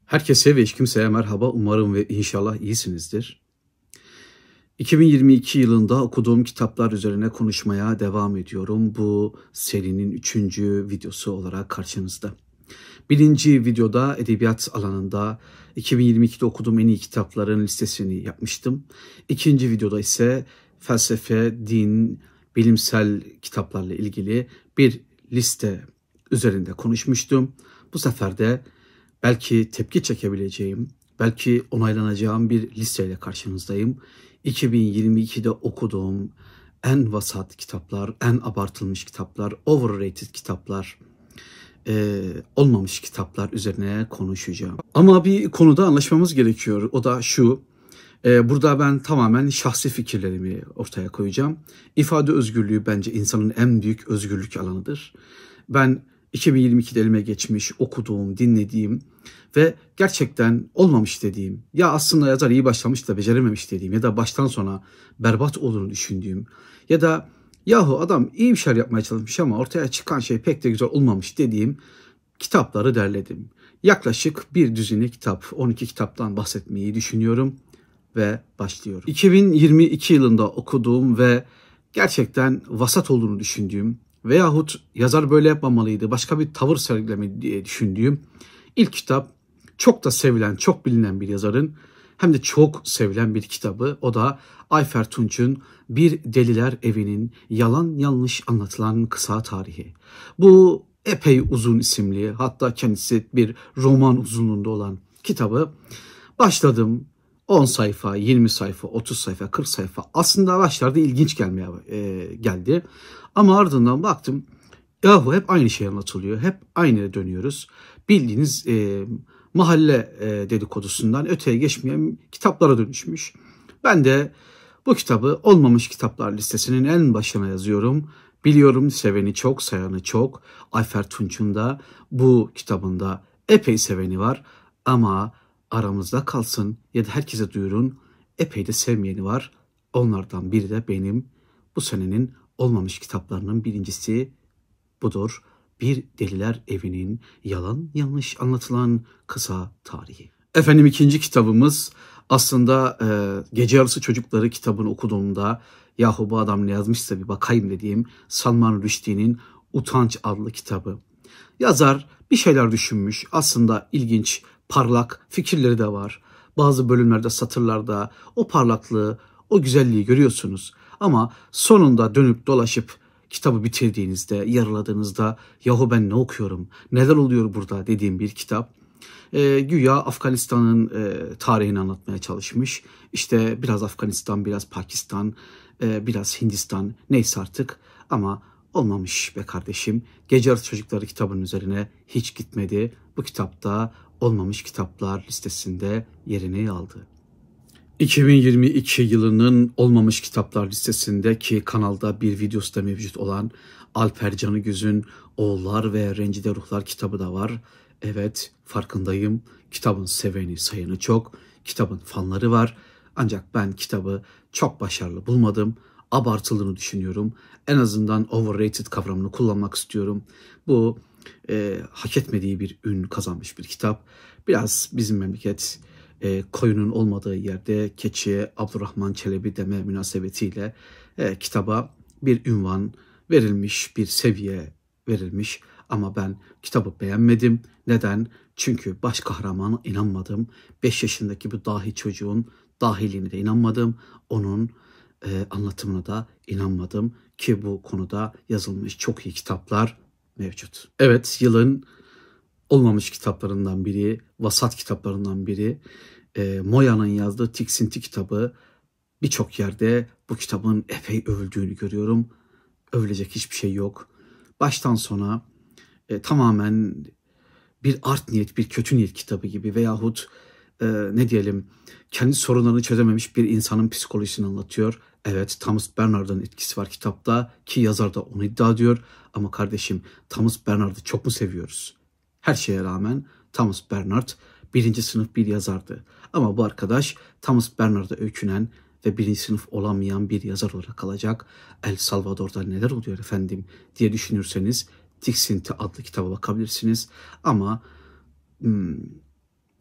Herkese ve hiç kimseye merhaba. Umarım ve inşallah iyisinizdir. 2022 yılında okuduğum kitaplar üzerine konuşmaya devam ediyorum. Bu serinin 3. videosu olarak karşınızda. Birinci videoda edebiyat alanında 2022'de okuduğum en iyi kitapların listesini yapmıştım. İkinci videoda ise felsefe, din, bilimsel kitaplarla ilgili bir liste üzerinde konuşmuştum. Bu sefer de belki tepki çekebileceğim, belki onaylanacağım bir listeyle karşınızdayım. 2022'de okuduğum en vasat kitaplar, en abartılmış kitaplar, overrated kitaplar, olmamış kitaplar üzerine konuşacağım. Ama bir konuda anlaşmamız gerekiyor. O da şu, burada ben tamamen şahsi fikirlerimi ortaya koyacağım. İfade özgürlüğü bence insanın en büyük özgürlük alanıdır. Ben 2022'de elime geçmiş, okuduğum, dinlediğim ve gerçekten olmamış dediğim, ya aslında yazar iyi başlamış da becerememiş dediğim ya da baştan sona berbat olduğunu düşündüğüm ya da yahu adam iyi bir şeyler yapmaya çalışmış ama ortaya çıkan şey pek de güzel olmamış dediğim kitapları derledim. Yaklaşık bir düzine kitap, 12 kitaptan bahsetmeyi düşünüyorum ve başlıyorum. 2022 yılında okuduğum ve gerçekten vasat olduğunu düşündüğüm veyahut yazar böyle yapmamalıydı, başka bir tavır sergilemeli diye düşündüğüm ilk kitap, çok da sevilen, çok bilinen bir yazarın hem de çok sevilen bir kitabı. O da Ayfer Tunç'un Bir Deliler Evi'nin yalan yanlış anlatılan kısa tarihi. Bu epey uzun isimli, hatta kendisi bir roman uzunluğunda olan kitabı başladım. 10 sayfa, 20 sayfa, 30 sayfa, 40 sayfa. Aslında başlarda ilginç geldi. Ama ardından baktım, yahu hep aynı şey anlatılıyor. Hep aynı dönüyoruz. Bildiğiniz mahalle dedikodusundan öteye geçmeyen kitaplara dönüşmüş. Ben de bu kitabı olmamış kitaplar listesinin en başına yazıyorum. Biliyorum seveni çok, sayanı çok. Ayfer Tunç'un da bu kitabında epey seveni var. Ama aramızda kalsın ya da herkese duyurun, epey de sevmeyeni var. Onlardan biri de benim. Bu senenin olmamış kitaplarının birincisi budur. Bir Deliler Evi'nin yalan yanlış anlatılan kısa tarihi. Efendim, ikinci kitabımız aslında Gece Yarısı Çocukları kitabını okuduğumda yahu bu adam ne yazmışsa bir bakayım dediğim Salman Rushdie'nin Utanç adlı kitabı. Yazar bir şeyler düşünmüş. Aslında ilginç, parlak fikirleri de var. Bazı bölümlerde, satırlarda o parlaklığı, o güzelliği görüyorsunuz. Ama sonunda dönüp dolaşıp kitabı bitirdiğinizde, yarıladığınızda yahu ben ne okuyorum, neler oluyor burada dediğim bir kitap. Güya Afganistan'ın tarihini anlatmaya çalışmış. İşte biraz Afganistan, biraz Pakistan, biraz Hindistan, neyse artık, ama olmamış be kardeşim. Gece Yarısı Çocukları kitabının üzerine hiç gitmedi. Bu kitapta olmamış kitaplar listesinde yerini aldı. 2022 yılının olmamış kitaplar listesinde, ki kanalda bir videosu da mevcut olan, Alper Canıgüz'ün Oğullar ve Rencide Ruhlar kitabı da var. Evet, farkındayım. Kitabın seveni, sayanı çok. Kitabın fanları var. Ancak ben kitabı çok başarılı bulmadım. Abartıldığını düşünüyorum. En azından overrated kavramını kullanmak istiyorum. Bu hak etmediği bir ün kazanmış bir kitap. Biraz bizim memleket koyunun olmadığı yerde keçiye Abdurrahman Çelebi deme münasebetiyle kitaba bir ünvan verilmiş, bir seviye verilmiş. Ama ben kitabı beğenmedim. Neden? Çünkü baş kahramana inanmadım. 5 yaşındaki bu dahi çocuğun dahiliğine de inanmadım. Onun anlatımına da inanmadım, ki bu konuda yazılmış çok iyi kitaplar mevcut. Evet, yılın olmamış kitaplarından biri, vasat kitaplarından biri, Moya'nın yazdığı Tiksinti kitabı. Birçok yerde bu kitabın epey övüldüğünü görüyorum. Övülecek hiçbir şey yok. Baştan sona tamamen bir art niyet, bir kötü niyet kitabı gibi veyahut ne diyelim, kendi sorunlarını çözememiş bir insanın psikolojisini anlatıyor. Evet, Thomas Bernhard'ın etkisi var kitapta, ki yazar da onu iddia ediyor. Ama kardeşim, Thomas Bernhard'ı çok mu seviyoruz? Her şeye rağmen Thomas Bernhard birinci sınıf bir yazardı. Ama bu arkadaş Thomas Bernhard'a öykünen ve birinci sınıf olamayan bir yazar olarak kalacak. El Salvador'da neler oluyor efendim diye düşünürseniz Tiksinti adlı kitaba bakabilirsiniz. Ama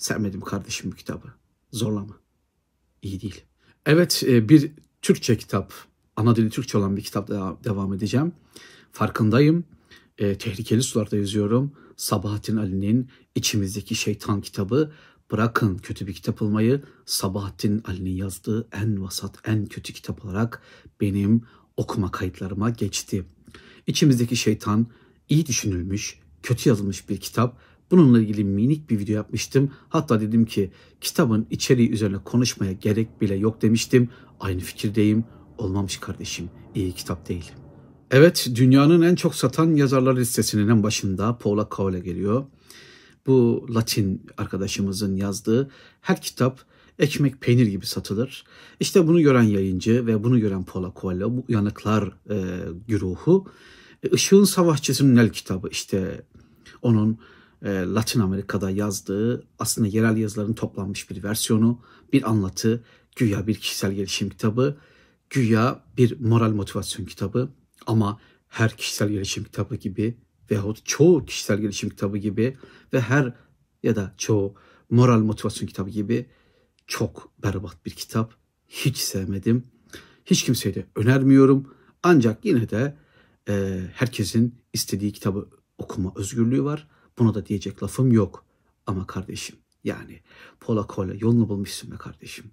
Sevmedim kardeşim bu kitabı. Zorlama. İyi değil. Evet, bir Türkçe kitap. Ana dili Türkçe olan bir kitapla devam edeceğim. Farkındayım. Tehlikeli sularda yüzüyorum. Sabahattin Ali'nin İçimizdeki Şeytan kitabı. Bırakın kötü bir kitap olmayı, Sabahattin Ali'nin yazdığı en vasat, en kötü kitap olarak benim okuma kayıtlarıma geçti. İçimizdeki Şeytan iyi düşünülmüş, kötü yazılmış bir kitap. Bununla ilgili minik bir video yapmıştım. Hatta dedim ki kitabın içeriği üzerine konuşmaya gerek bile yok demiştim. Aynı fikirdeyim. Olmamış kardeşim. İyi kitap değil. Evet, dünyanın en çok satan yazarlar listesinin en başında Paulo Coelho geliyor. Bu Latin arkadaşımızın yazdığı her kitap ekmek peynir gibi satılır. İşte bunu gören yayıncı ve bunu gören Paulo Coelho, bu uyanıklar güruhu, Işığın Savaşçısı'nın el kitabı, işte onun Latin Amerika'da yazdığı aslında yerel yazıların toplanmış bir versiyonu, bir anlatı, güya bir kişisel gelişim kitabı, güya bir moral motivasyon kitabı ama her kişisel gelişim kitabı gibi veyahut çoğu kişisel gelişim kitabı gibi ve her ya da çoğu moral motivasyon kitabı gibi çok berbat bir kitap. Hiç sevmedim. Hiç kimseye de önermiyorum. Ancak yine de herkesin istediği kitabı okuma özgürlüğü var. Buna da diyecek lafım yok. Ama kardeşim yani Paulo Coelho yolunu bulmuşsun be kardeşim.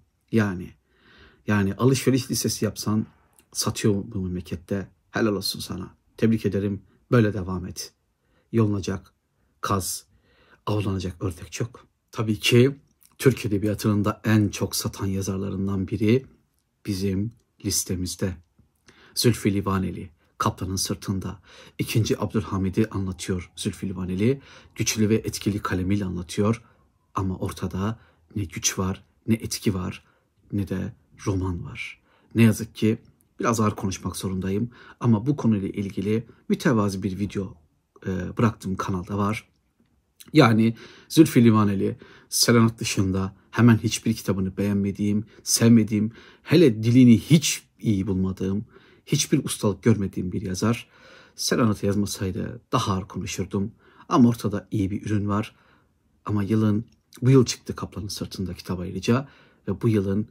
Yani alışveriş listesi yapsan satıyor bu memlekette. Helal olsun sana. Tebrik ederim. Böyle devam et. Yolunacak kaz, avlanacak ördek çok. Tabii ki Türk Edebiyatı'nın da en çok satan yazarlarından biri bizim listemizde. Zülfü Livaneli, Kaplanın Sırtında. 2. Abdülhamid'i anlatıyor Zülfü Livaneli. Güçlü ve etkili kalemiyle anlatıyor. Ama ortada ne güç var, ne etki var, ne de roman var. Ne yazık ki biraz ağır konuşmak zorundayım. Ama bu konuyla ilgili mütevazi bir video bıraktığım kanalda var. Yani Zülfü Livaneli, Serenat dışında hemen hiçbir kitabını beğenmediğim, sevmediğim, hele dilini hiç iyi bulmadığım, hiçbir ustalık görmediğim bir yazar. Serenat'ı yazmasaydı daha ağır konuşurdum. Ama ortada iyi bir ürün var. Ama bu yıl çıktı Kaplanın Sırtında kitap ayrıca ve bu yılın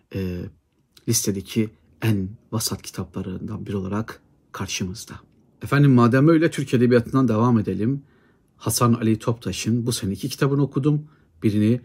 listedeki en vasat kitaplarından biri olarak karşımızda. Efendim madem öyle Türk Edebiyatı'ndan devam edelim. Hasan Ali Toptaş'ın bu sene 2 kitabını okudum. Birini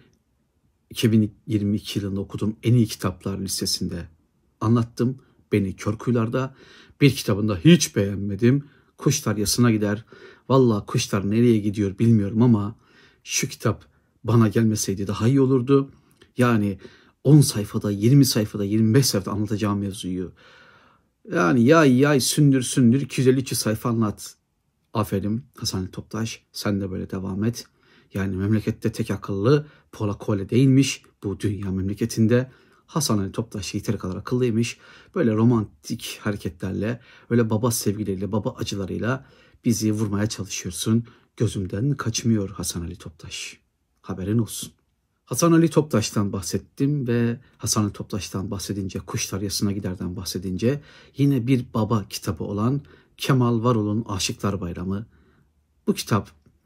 2022 yılında okudum. En iyi kitaplar listesinde anlattım. Beni Kör Kuyular'da. Bir kitabında hiç beğenmedim. Kuşlar Yasına Gider. Vallahi kuşlar nereye gidiyor bilmiyorum ama şu kitap bana gelmeseydi daha iyi olurdu. Yani 10 sayfada, 20 sayfada, 25 sayfada anlatacağım mevzuyu. Yani yay sündür 250 sayfa anlat. Aferin Hasan Ali Toptaş, sen de böyle devam et. Yani memlekette tek akıllı Paulo Coelho değilmiş. Bu dünya memleketinde Hasan Ali Toptaş yeteri kadar akıllıymış. Böyle romantik hareketlerle, öyle baba sevgileriyle, baba acılarıyla bizi vurmaya çalışıyorsun. Gözümden kaçmıyor Hasan Ali Toptaş. Haberin olsun. Hasan Ali Toptaş'tan bahsettim ve Hasan Ali Toptaş'tan bahsedince, Kuşlar Yasına Gider'den bahsedince yine bir baba kitabı olan Kemal Varol'un Aşıklar Bayramı. Bu kitap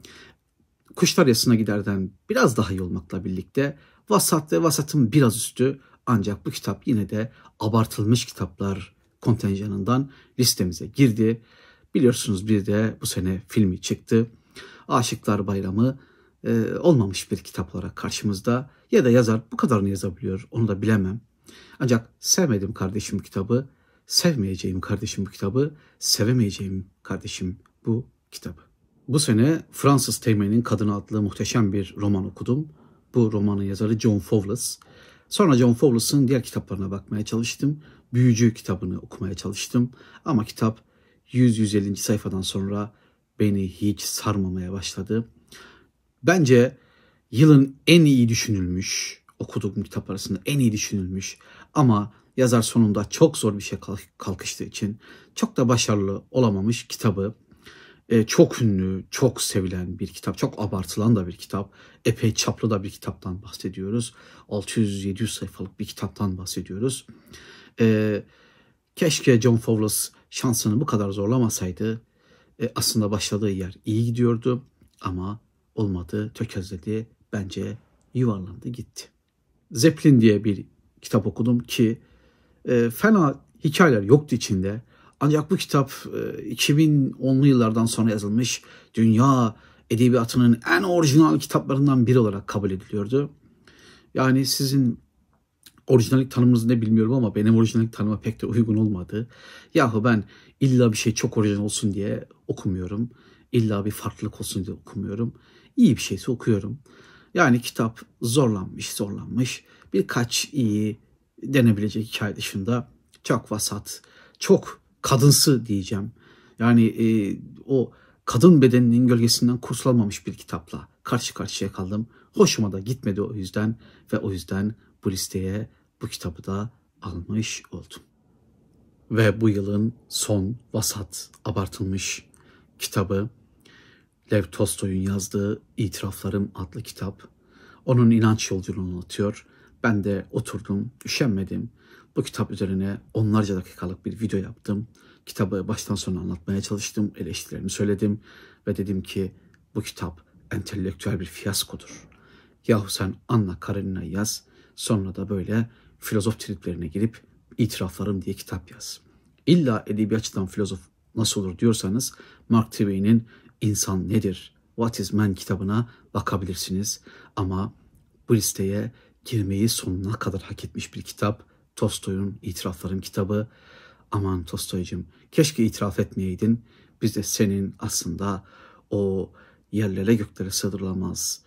Kuşlar Yasına Gider'den biraz daha iyi olmakla birlikte vasat ve vasatın biraz üstü, ancak bu kitap yine de abartılmış kitaplar kontenjanından listemize girdi. Biliyorsunuz bir de bu sene filmi çıktı. Aşıklar Bayramı olmamış bir kitap olarak karşımızda, ya da yazar bu kadarını yazabiliyor onu da bilemem. Ancak sevmedim kardeşim bu kitabı, sevmeyeceğim kardeşim bu kitabı, sevemeyeceğim kardeşim bu kitabı. Bu sene Francis Teğmen'in Kadını adlı muhteşem bir roman okudum. Bu romanın yazarı John Fowles. Sonra John Fowles'ın diğer kitaplarına bakmaya çalıştım. Büyücü kitabını okumaya çalıştım. Ama kitap 100-150. sayfadan sonra beni hiç sarmamaya başladı. Bence yılın en iyi düşünülmüş, okuduğum kitap arasında en iyi düşünülmüş ama yazar sonunda çok zor bir şey kalkıştığı için çok da başarılı olamamış kitabı. Çok ünlü, çok sevilen bir kitap, çok abartılan da bir kitap, epey çaplı da bir kitaptan bahsediyoruz. 600-700 sayfalık bir kitaptan bahsediyoruz. Keşke John Fowles şansını bu kadar zorlamasaydı. Aslında başladığı yer iyi gidiyordu ama olmadı, tökezledi. Bence yuvarlandı gitti. Zeppelin diye bir kitap okudum ki fena hikayeler yoktu içinde. Ancak bu kitap 2010'lu yıllardan sonra yazılmış dünya edebiyatının en orijinal kitaplarından biri olarak kabul ediliyordu. Yani sizin orijinallik tanımınız ne bilmiyorum ama benim orijinallik tanıma pek de uygun olmadı. Yahu ben illa bir şey çok orijinal olsun diye okumuyorum. İlla bir farklılık olsun diye okumuyorum. İyi bir şeyse okuyorum. Yani kitap zorlanmış. Birkaç iyi denebilecek hikaye dışında çok vasat, çok kadınsı diyeceğim. Yani o kadın bedeninin gölgesinden kurtulamamış bir kitapla karşı karşıya kaldım. Hoşuma da gitmedi o yüzden ve o yüzden bu listeye bu kitabı da almış oldum. Ve bu yılın son vasat, abartılmış kitabı Lev Tolstoy'un yazdığı İtiraflarım adlı kitap. Onun inanç yolculuğunu anlatıyor. Ben de oturdum, üşenmedim. Bu kitap üzerine onlarca dakikalık bir video yaptım. Kitabı baştan sona anlatmaya çalıştım, eleştirilerimi söyledim ve dedim ki bu kitap entelektüel bir fiyaskodur. Yahu sen Anna Karenina'yı yaz, sonra da böyle filozof triplerine girip İtiraflarım diye kitap yaz. İlla edebiyatçıdan filozof nasıl olur diyorsanız Mark Twain'in İnsan Nedir? What is Man kitabına bakabilirsiniz. Ama bu listeye girmeyi sonuna kadar hak etmiş bir kitap. Tolstoy'un İtiraflarım kitabı. Aman Tolstoy'cum keşke itiraf etmeyeydin. Biz de senin aslında o yerlere göklere sığdırılamaz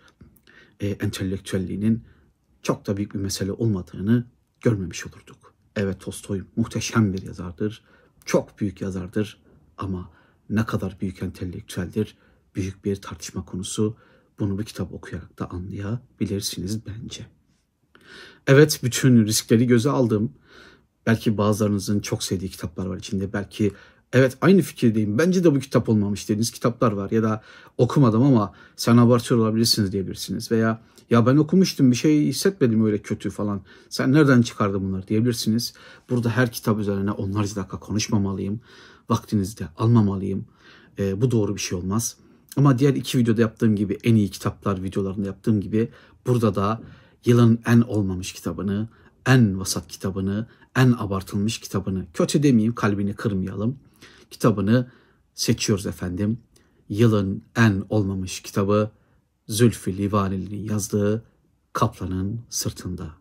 entelektüelliğinin çok da büyük bir mesele olmadığını görmemiş olurduk. Evet Tolstoy muhteşem bir yazardır. Çok büyük yazardır ama ne kadar büyük entelektüeldir büyük bir tartışma konusu. Bunu bu kitap okuyarak da anlayabilirsiniz bence. Evet bütün riskleri göze aldım. Belki bazılarınızın çok sevdiği kitaplar var içinde. Belki evet aynı fikirdeyim. Bence de bu kitap olmamış dediğiniz kitaplar var. Ya da okumadım ama sen abartıyor olabilirsiniz diyebilirsiniz. Veya ya ben okumuştum bir şey hissetmedim öyle kötü falan. Sen nereden çıkardın bunları diyebilirsiniz. Burada her kitap üzerine onlarca dakika konuşmamalıyım. Vaktinizi de almamalıyım. Bu doğru bir şey olmaz. Ama diğer iki videoda yaptığım gibi en iyi kitaplar videolarında yaptığım gibi burada da yılın en olmamış kitabını, en vasat kitabını, en abartılmış kitabını, kötü demeyeyim kalbini kırmayalım, kitabını seçiyoruz efendim. Yılın en olmamış kitabı Zülfü Livaneli'nin yazdığı Kaplanın Sırtında.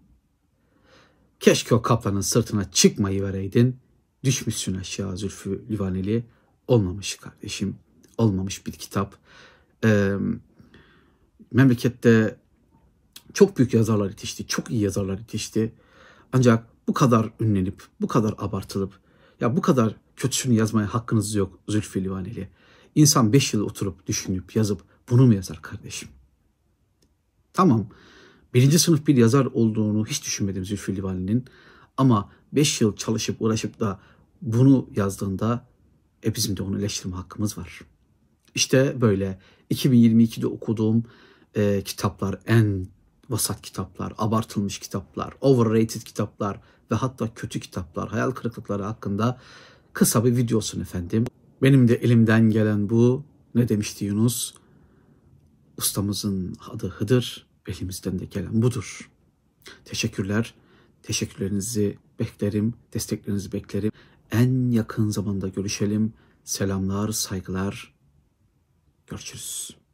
Keşke o kaplanın sırtına çıkmayı vereydin. Düşmüşsün aşağı Zülfü Livaneli. Olmamış kardeşim. Olmamış bir kitap. Memlekette çok büyük yazarlar yetişti. Çok iyi yazarlar yetişti. Ancak bu kadar ünlenip, bu kadar abartılıp, ya bu kadar kötüsünü yazmaya hakkınız yok Zülfü Livaneli. İnsan 5 yıl oturup, düşünüp, yazıp bunu mu yazar kardeşim? Tamam, birinci sınıf bir yazar olduğunu hiç düşünmedim Zülfü Livaneli'nin. Ama 5 yıl çalışıp, uğraşıp da bunu yazdığında bizim de onu eleştirme hakkımız var. İşte böyle 2022'de okuduğum kitaplar, en vasat kitaplar, abartılmış kitaplar, overrated kitaplar ve hatta kötü kitaplar, hayal kırıklıkları hakkında kısa bir video olsun efendim. Benim de elimden gelen bu. Ne demişti Yunus? Ustamızın adı Hıdır, elimizden de gelen budur. Teşekkürler. Teşekkürlerinizi beklerim, desteklerinizi beklerim. En yakın zamanda görüşelim. Selamlar, saygılar. Görüşürüz.